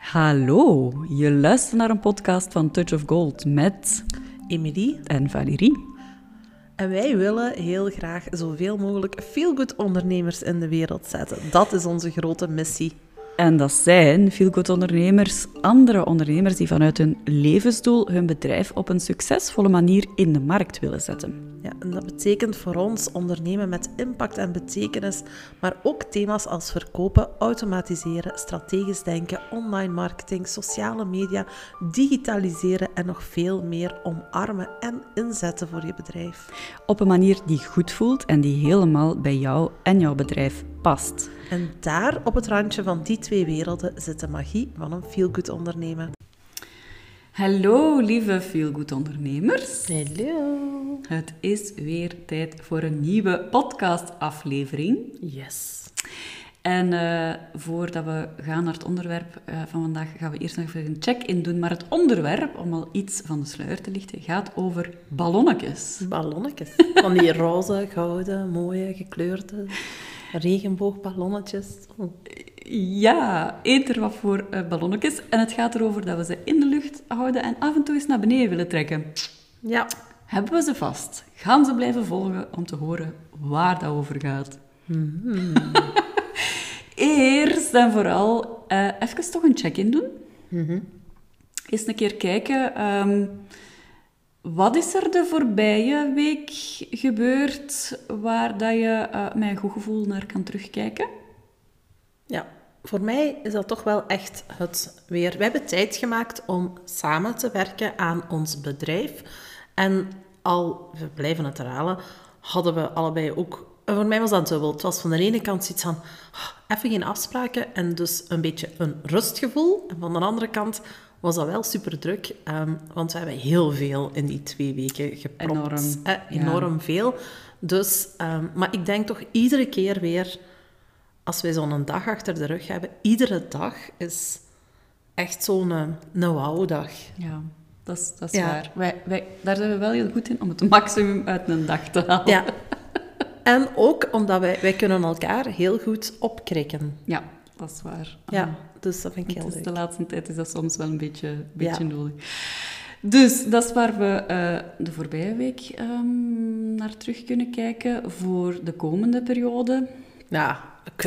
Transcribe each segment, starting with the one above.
Hallo, je luistert naar een podcast van Touch of Gold met Emilie en Valérie. en wij willen heel graag zoveel mogelijk feel-good ondernemers in de wereld zetten. Dat is onze grote missie. En dat zijn feel-good ondernemers, andere ondernemers die vanuit hun levensdoel hun bedrijf op een succesvolle manier in de markt willen zetten. Ja, en dat betekent voor ons ondernemen met impact en betekenis, maar ook thema's als verkopen, automatiseren, strategisch denken, online marketing, sociale media, digitaliseren en nog veel meer omarmen en inzetten voor je bedrijf. Op een manier die goed voelt en die helemaal bij jou en jouw bedrijf past. En daar, op het randje van die twee werelden, zit de magie van een feel-good ondernemen. Hallo lieve feel-good ondernemers. Hallo. Het is weer tijd voor een nieuwe podcastaflevering. Yes. En voordat we gaan naar het onderwerp van vandaag, gaan we eerst nog even een check-in doen. Maar het onderwerp, om al iets van de sluier te lichten, gaat over ballonnetjes. Ballonnetjes. Van die roze, gouden, mooie, gekleurde regenboogballonnetjes. Oh. Ja, eet er wat voor ballonnetjes. En het gaat erover dat we ze in de lucht houden en af en toe eens naar beneden willen trekken. Ja. Hebben we ze vast? Gaan ze blijven volgen om te horen waar dat over gaat? Mm-hmm. Eerst en vooral even toch een check-in doen. Mm-hmm. Eens een keer kijken, wat is er de voorbije week gebeurd waar dat je met een goed gevoel naar kan terugkijken? Ja, voor mij is dat toch wel echt het weer. We hebben tijd gemaakt om samen te werken aan ons bedrijf. En we blijven het herhalen, hadden we allebei ook... En voor mij was dat dubbel. Het was van de ene kant iets van, even geen afspraken en dus een beetje een rustgevoel. En van de andere kant was dat wel super druk, want we hebben heel veel in die 2 weken gepropt. Enorm veel. Dus, maar ik denk toch iedere keer weer, als wij zo'n dag achter de rug hebben, iedere dag is echt zo'n wauw-dag. Ja, dat is waar. Daar zijn we wel heel goed in om het maximum uit een dag te halen. Ja. En ook omdat wij kunnen elkaar heel goed opkrikken. Ja, dat is waar. Ja, dus dat vind ik heel Dus leuk. de laatste tijd is dat soms wel een beetje nodig. Dus dat is waar we de voorbije week naar terug kunnen kijken voor de komende periode. Ja,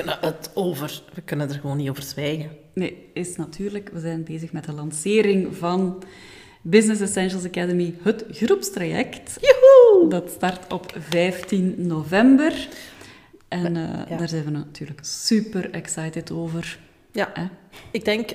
we kunnen er gewoon niet over zwijgen. Nee, is natuurlijk, we zijn bezig met de lancering van Business Essentials Academy, het groepstraject. Joehoe! Dat start op 15 november. En daar zijn we natuurlijk super excited over. Ja, ik denk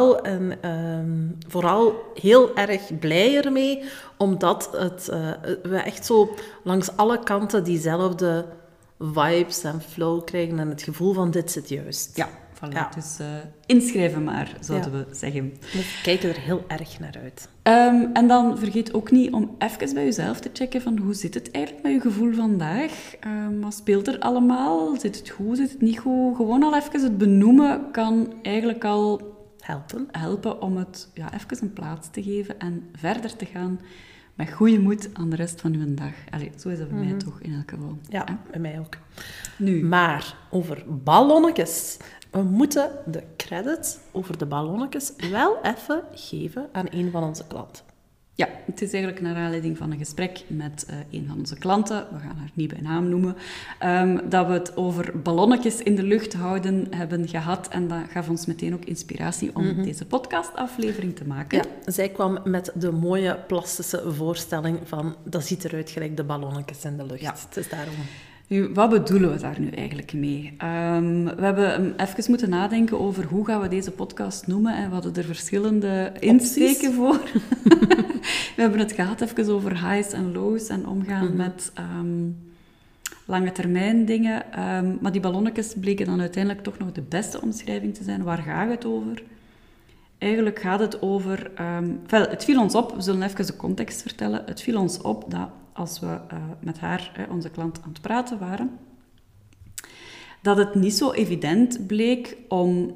vooral heel erg blij ermee, omdat we echt zo langs alle kanten diezelfde vibes en flow krijgen en het gevoel van dit zit juist. Ja, voilà. Ja. Dus inschrijven maar, zouden we zeggen. We kijken er heel erg naar uit. En dan vergeet ook niet om even bij jezelf te checken van hoe zit het eigenlijk met je gevoel vandaag? Wat speelt er allemaal? Zit het goed, zit het niet goed? Gewoon al even het benoemen kan eigenlijk al helpen om het even een plaats te geven en verder te gaan met goede moed aan de rest van uw dag. Allee, zo is dat bij mij toch in elk geval. Ja, bij mij ook. Nu. Maar over ballonnetjes. We moeten de credits over de ballonnetjes wel even geven aan een van onze klanten. Ja, het is eigenlijk naar aanleiding van een gesprek met een van onze klanten, we gaan haar niet bij naam noemen, dat we het over ballonnetjes in de lucht houden hebben gehad. En dat gaf ons meteen ook inspiratie om deze podcastaflevering te maken. Ja, zij kwam met de mooie plastische voorstelling van, dat ziet eruit gelijk de ballonnetjes in de lucht. Ja. Het is daarom... Nu, wat bedoelen we daar nu eigenlijk mee? We hebben even moeten nadenken over hoe gaan we deze podcast noemen en we hadden er verschillende insteken voor. We hebben het gehad even over highs en lows en omgaan met lange termijn dingen. Maar die ballonnetjes bleken dan uiteindelijk toch nog de beste omschrijving te zijn. Waar gaat het over? Eigenlijk gaat het over... het viel ons op, we zullen even de context vertellen. Het viel ons op dat als we met haar, onze klant, aan het praten waren, dat het niet zo evident bleek om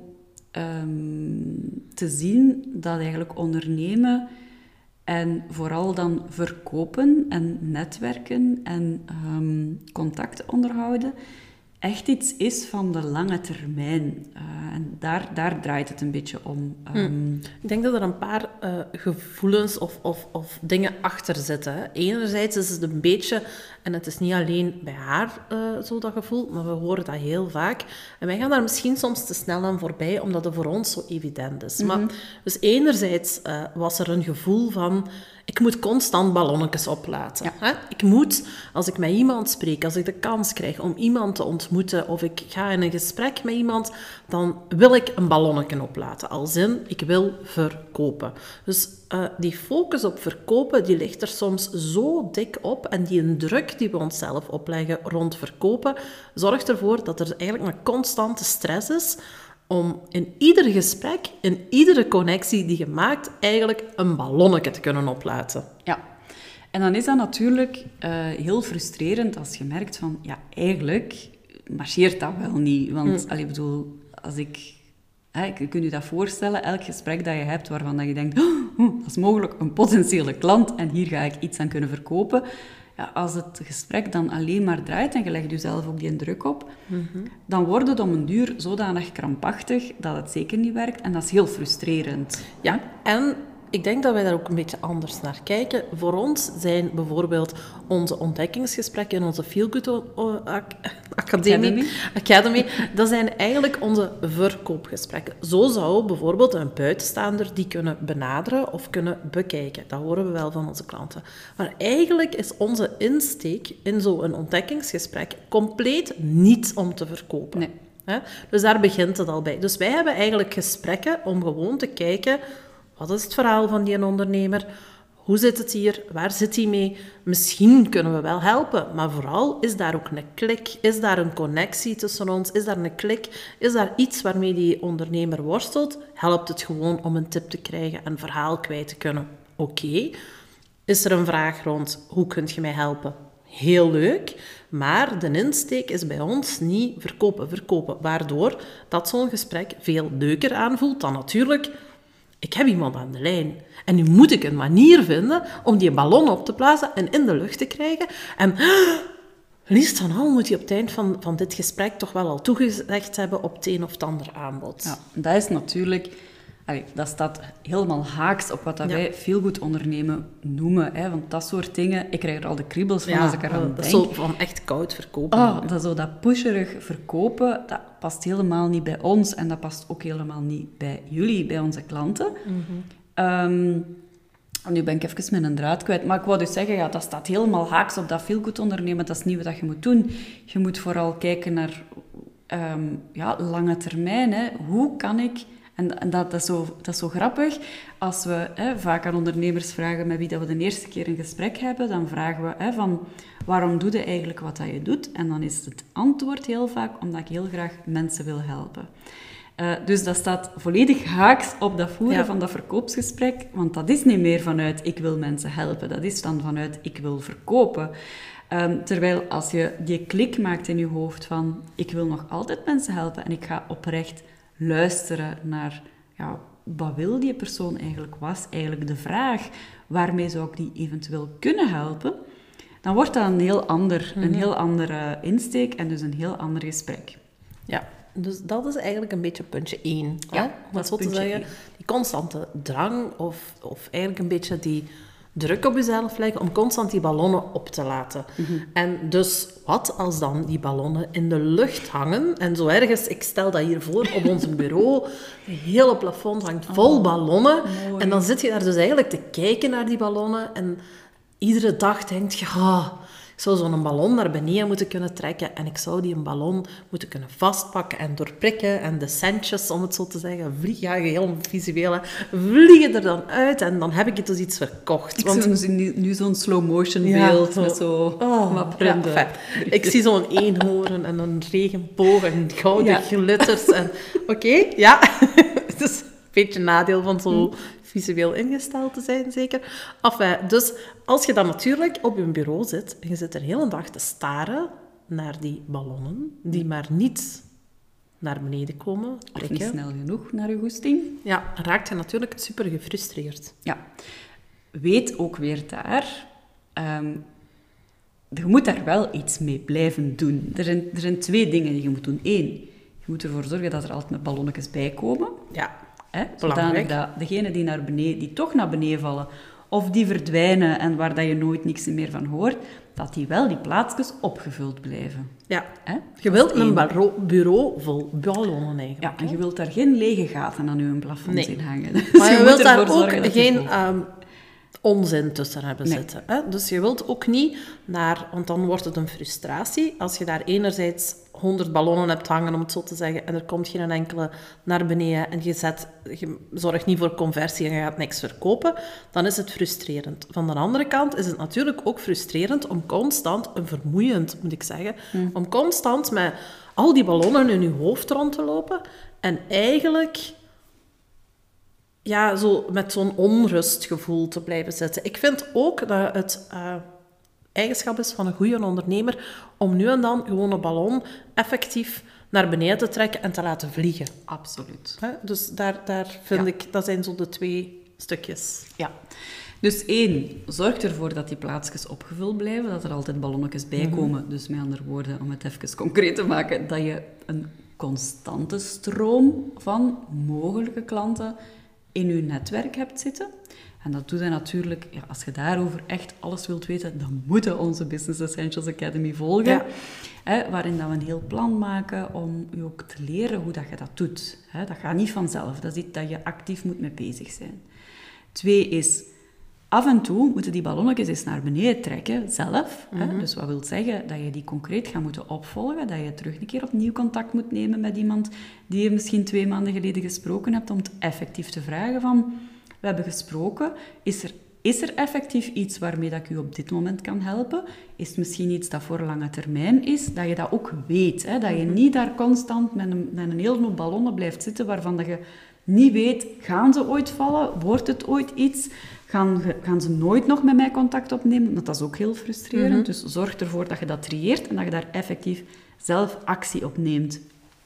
te zien dat eigenlijk ondernemen en vooral dan verkopen en netwerken en contacten onderhouden echt iets is van de lange termijn. En daar draait het een beetje om. Ik denk dat er een paar gevoelens of dingen achter zitten. Hè. Enerzijds is het een beetje, en het is niet alleen bij haar zo dat gevoel, maar we horen dat heel vaak. En wij gaan daar misschien soms te snel aan voorbij, omdat het voor ons zo evident is. Maar, dus enerzijds was er een gevoel van, ik moet constant ballonnetjes oplaten. Ja. Hè? Ik moet, als ik met iemand spreek, als ik de kans krijg om iemand te ontmoeten, of ik ga in een gesprek met iemand, dan wil ik een ballonnetje oplaten. Als in, ik wil verkopen. Dus die focus op verkopen, die ligt er soms zo dik op. En die een druk die we onszelf opleggen rond verkopen, zorgt ervoor dat er eigenlijk een constante stress is om in ieder gesprek, in iedere connectie die je maakt, eigenlijk een ballonnetje te kunnen oplaten. Ja. En dan is dat natuurlijk heel frustrerend als je merkt van, ja, eigenlijk marcheert dat wel niet. Want, ik bedoel, als ik... je kunt je dat voorstellen, elk gesprek dat je hebt waarvan dat je denkt, dat is mogelijk een potentiële klant en hier ga ik iets aan kunnen verkopen. Ja, als het gesprek dan alleen maar draait en je legt jezelf ook die druk op, dan wordt het om een duur zodanig krampachtig dat het zeker niet werkt. En dat is heel frustrerend. Ja, en ik denk dat wij daar ook een beetje anders naar kijken. Voor ons zijn bijvoorbeeld onze ontdekkingsgesprekken in onze Feel Good Academy, dat zijn eigenlijk onze verkoopgesprekken. Zo zou bijvoorbeeld een buitenstaander die kunnen benaderen of kunnen bekijken. Dat horen we wel van onze klanten. Maar eigenlijk is onze insteek in zo'n ontdekkingsgesprek compleet niet om te verkopen. Nee. Dus daar begint het al bij. Dus wij hebben eigenlijk gesprekken om gewoon te kijken, wat is het verhaal van die ondernemer? Hoe zit het hier? Waar zit hij mee? Misschien kunnen we wel helpen, maar vooral is daar ook een klik? Is daar een connectie tussen ons? Is daar een klik? Is daar iets waarmee die ondernemer worstelt? Helpt het gewoon om een tip te krijgen en een verhaal kwijt te kunnen? Oké. Is er een vraag rond, hoe kun je mij helpen? Heel leuk, maar de insteek is bij ons niet verkopen, waardoor dat zo'n gesprek veel leuker aanvoelt dan natuurlijk, ik heb iemand aan de lijn en nu moet ik een manier vinden om die ballon op te blazen en in de lucht te krijgen. En liefst van al moet je op het eind van dit gesprek toch wel al toegezegd hebben op het een of het ander aanbod. Ja, dat is natuurlijk... dat staat helemaal haaks op wat dat wij feelgood ondernemen noemen. Hè? Want dat soort dingen, ik krijg er al de kriebels van als ik eraan denk. Dat is zo van echt koud verkopen. Dat pusherig verkopen, dat past helemaal niet bij ons. En dat past ook helemaal niet bij jullie, bij onze klanten. Nu ben ik even met een draad kwijt. Maar ik wou dus zeggen, dat staat helemaal haaks op dat feelgood ondernemen. Dat is niet wat je moet doen. Je moet vooral kijken naar lange termijn. Hè? Hoe kan ik... En dat is zo grappig. Als we vaak aan ondernemers vragen met wie dat we de eerste keer een gesprek hebben, dan vragen we van waarom doe je eigenlijk wat dat je doet? En dan is het antwoord heel vaak omdat ik heel graag mensen wil helpen. Dus dat staat volledig haaks op dat voeren van dat verkoopsgesprek, want dat is niet meer vanuit ik wil mensen helpen, dat is dan vanuit ik wil verkopen. Terwijl als je die klik maakt in je hoofd van ik wil nog altijd mensen helpen en ik ga oprecht luisteren naar wat wil die persoon eigenlijk, was eigenlijk de vraag, waarmee zou ik die eventueel kunnen helpen, dan wordt dat een heel andere insteek en dus een heel ander gesprek. Ja, dus dat is eigenlijk een beetje puntje 1. Ja, om het zo te zeggen. 1. Die constante drang of eigenlijk een beetje die druk op jezelf leggen om constant die ballonnen op te laten. En dus wat als dan die ballonnen in de lucht hangen en zo ergens, ik stel dat hier voor op ons bureau, het hele plafond hangt vol ballonnen. Mooi. En dan zit je daar dus eigenlijk te kijken naar die ballonnen en iedere dag denk je, ik zou zo'n ballon naar beneden moeten kunnen trekken en ik zou die een ballon moeten kunnen vastpakken en doorprikken en de centjes, om het zo te zeggen, heel visueel, vliegen er dan uit en dan heb ik het dus iets verkocht. Ik zie nu zo'n slow-motion beeld met zo wat printen. Ik zie zo'n eenhoorn en een regenboog en gouden glitters. En oké, het is een beetje een nadeel van zo visueel ingesteld te zijn, zeker. Dus als je dan natuurlijk op je bureau zit en je zit er de hele dag te staren naar die ballonnen, die maar niet naar beneden komen, of niet snel genoeg naar je goesting, raakt je natuurlijk super gefrustreerd. Ja. Weet ook weer daar, je moet daar wel iets mee blijven doen. Er zijn 2 dingen die je moet doen. 1, Je moet ervoor zorgen dat er altijd met ballonnetjes bij komen. Ja, Zodanig dat degenen die toch naar beneden vallen, of die verdwijnen en waar dat je nooit niks meer van hoort, dat die wel die plaatsjes opgevuld blijven. Ja. Hè? Je wilt een bureau vol ballonnen eigenlijk. Ja, en je wilt daar geen lege gaten aan je plafond in hangen. Dus Maar je wilt moet daar ervoor ook zorgen dat geen onzin tussen hebben Nee. zitten. Hè? Dus je wilt ook niet want dan wordt het een frustratie, als je daar enerzijds 100 ballonnen hebt hangen, om het zo te zeggen, en er komt geen enkele naar beneden en je zorgt niet voor conversie en je gaat niks verkopen, dan is het frustrerend. Van de andere kant is het natuurlijk ook frustrerend om constant, vermoeiend moet ik zeggen, om constant met al die ballonnen in je hoofd rond te lopen en eigenlijk zo met zo'n onrustgevoel te blijven zitten. Ik vind ook dat het eigenschap is van een goede ondernemer om nu en dan gewoon een ballon effectief naar beneden te trekken en te laten vliegen. Absoluut. Dus daar vind ik, dat zijn zo de 2 stukjes. Ja. Dus 1, zorg ervoor dat die plaatsjes opgevuld blijven, dat er altijd ballonnetjes bij komen. Dus met andere woorden, om het even concreet te maken, dat je een constante stroom van mogelijke klanten in je netwerk hebt zitten. En dat doe je natuurlijk, als je daarover echt alles wilt weten, dan moet je onze Business Essentials Academy volgen. Ja. Waarin dat we een heel plan maken om je ook te leren hoe dat je dat doet. Dat gaat niet vanzelf, dat is iets dat je actief moet mee bezig zijn. 2 is, af en toe moeten die ballonnetjes eens naar beneden trekken, zelf. Dus wat wil zeggen dat je die concreet gaat moeten opvolgen, dat je terug een keer opnieuw contact moet nemen met iemand die je misschien 2 maanden geleden gesproken hebt, om het effectief te vragen van, we hebben gesproken, is er effectief iets waarmee dat ik u op dit moment kan helpen? Is het misschien iets dat voor lange termijn is? Dat je dat ook weet, hè? Dat je niet daar constant met een hele hoop ballonnen blijft zitten, waarvan dat je niet weet, gaan ze ooit vallen? Wordt het ooit iets? Gaan ze nooit nog met mij contact opnemen? Want dat is ook heel frustrerend. Dus zorg ervoor dat je dat trieert en dat je daar effectief zelf actie op neemt.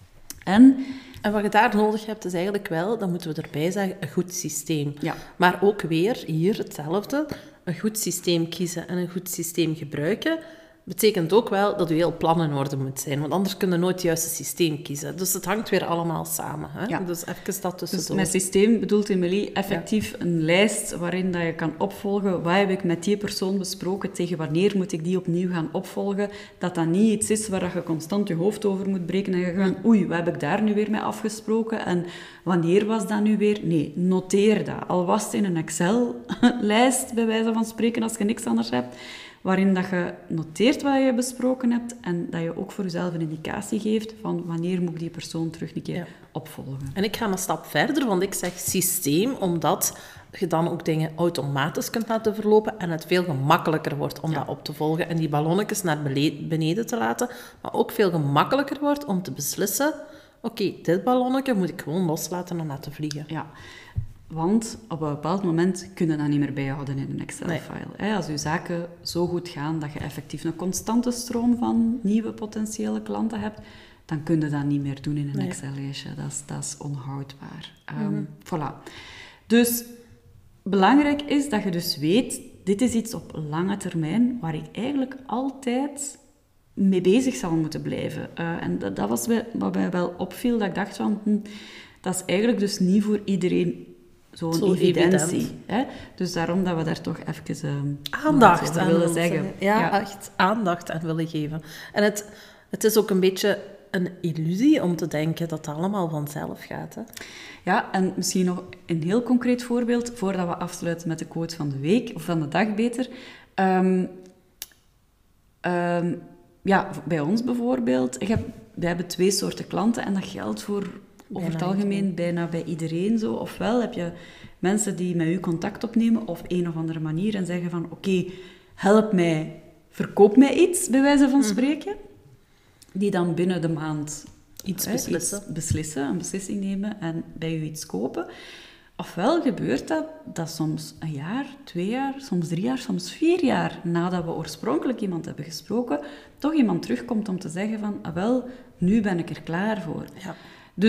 En wat je daar nodig hebt, is eigenlijk wel, dat moeten we erbij zeggen, een goed systeem. Ja. Maar ook weer hier hetzelfde. Een goed systeem kiezen en een goed systeem gebruiken betekent ook wel dat je heel plan in orde moet zijn. Want anders kun je nooit het juiste systeem kiezen. Dus het hangt weer allemaal samen. Hè? Ja. Dus even dat tussendoor. Dus met systeem bedoelt Emilie effectief een lijst waarin dat je kan opvolgen. Wat heb ik met die persoon besproken? Tegen wanneer moet ik die opnieuw gaan opvolgen? Dat dat niet iets is waar je constant je hoofd over moet breken en je gaat oei, wat heb ik daar nu weer mee afgesproken? En wanneer was dat nu weer? Nee, noteer dat. Al was het in een Excel-lijst, bij wijze van spreken, als je niks anders hebt, waarin dat je noteert wat je besproken hebt en dat je ook voor jezelf een indicatie geeft van wanneer moet ik die persoon terug een keer opvolgen. En ik ga een stap verder, want ik zeg systeem, omdat je dan ook dingen automatisch kunt laten verlopen en het veel gemakkelijker wordt om dat op te volgen en die ballonnetjes naar beneden te laten, maar ook veel gemakkelijker wordt om te beslissen, oké, dit ballonnetje moet ik gewoon loslaten en laten vliegen. Ja. Want op een bepaald moment kun je dat niet meer bijhouden in een Excel-file. Nee. Als je zaken zo goed gaan dat je effectief een constante stroom van nieuwe potentiële klanten hebt, dan kun je dat niet meer doen in een Excel-lijstje. Dat is onhoudbaar. Voilà. Dus belangrijk is dat je dus weet, dit is iets op lange termijn waar ik eigenlijk altijd mee bezig zal moeten blijven. En dat was wat mij wel opviel, dat ik dacht van, dat is eigenlijk dus niet voor iedereen zo'n evidentie. Hè? Dus daarom dat we daar toch even aandacht aan willen zeggen. Ja, echt aandacht aan willen geven. En het is ook een beetje een illusie om te denken dat het allemaal vanzelf gaat. Hè? Ja, en misschien nog een heel concreet voorbeeld, voordat we afsluiten met de quote van de week, of van de dag beter. Bij ons bijvoorbeeld, wij hebben 2 soorten klanten en dat geldt voor over het algemeen bijna bij iedereen zo. Ofwel heb je mensen die met u contact opnemen op een of andere manier en zeggen van oké, help mij, verkoop mij iets, bij wijze van spreken. Die dan binnen de maand iets beslissen, een beslissing nemen en bij u iets kopen. Ofwel gebeurt dat soms 1 jaar, 2 jaar, soms 3 jaar, soms 4 jaar nadat we oorspronkelijk iemand hebben gesproken, toch iemand terugkomt om te zeggen van, nu ben ik er klaar voor. Ja. Dus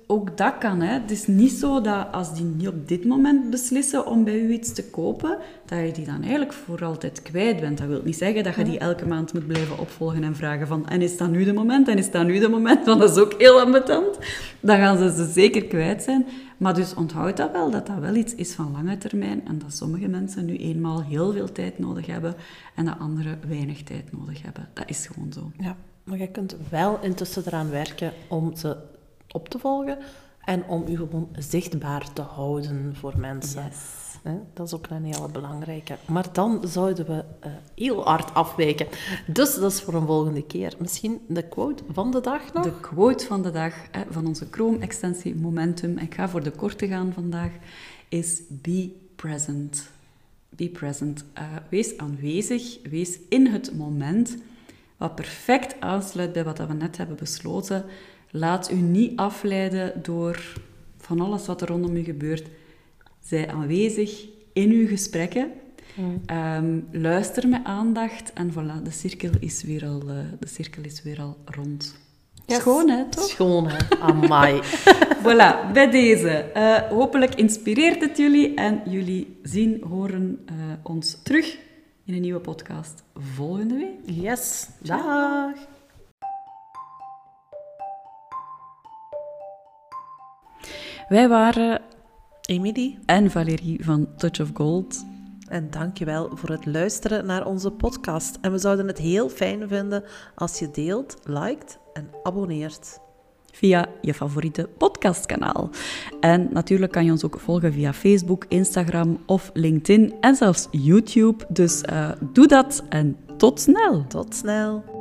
ook dat kan. Hè. Het is niet zo dat als die niet op dit moment beslissen om bij u iets te kopen, dat je die dan eigenlijk voor altijd kwijt bent. Dat wil niet zeggen dat je die elke maand moet blijven opvolgen en vragen van en is dat nu de moment, en is dat nu de moment, want dat is ook heel ambetant. Dan gaan ze zeker kwijt zijn. Maar dus onthoud dat wel wel iets is van lange termijn en dat sommige mensen nu eenmaal heel veel tijd nodig hebben en dat anderen weinig tijd nodig hebben. Dat is gewoon zo. Ja, maar je kunt wel intussen eraan werken om ze op te volgen en om je gewoon zichtbaar te houden voor mensen. Yes. Dat is ook een hele belangrijke. Maar dan zouden we heel hard afwijken. Dus dat is voor een volgende keer. Misschien de quote van de dag nog? De quote van de dag van onze Chrome-extensie Momentum, en ik ga voor de korte gaan vandaag, is be present. Be present. Wees aanwezig, wees in het moment, wat perfect aansluit bij wat we net hebben besloten. Laat u niet afleiden door van alles wat er rondom u gebeurt. Zij aanwezig in uw gesprekken. Luister met aandacht en voilà, de cirkel is weer al rond. Yes. Schoon, hè, toch? Schoon, hè? Amai. Voilà, bij deze. Hopelijk inspireert het jullie en jullie horen ons terug in een nieuwe podcast volgende week. Yes, dag. Wij waren Emilie en Valérie van Touch of Gold. En dankjewel voor het luisteren naar onze podcast. En we zouden het heel fijn vinden als je deelt, liked en abonneert. Via je favoriete podcastkanaal. En natuurlijk kan je ons ook volgen via Facebook, Instagram of LinkedIn en zelfs YouTube. Dus doe dat en tot snel. Tot snel.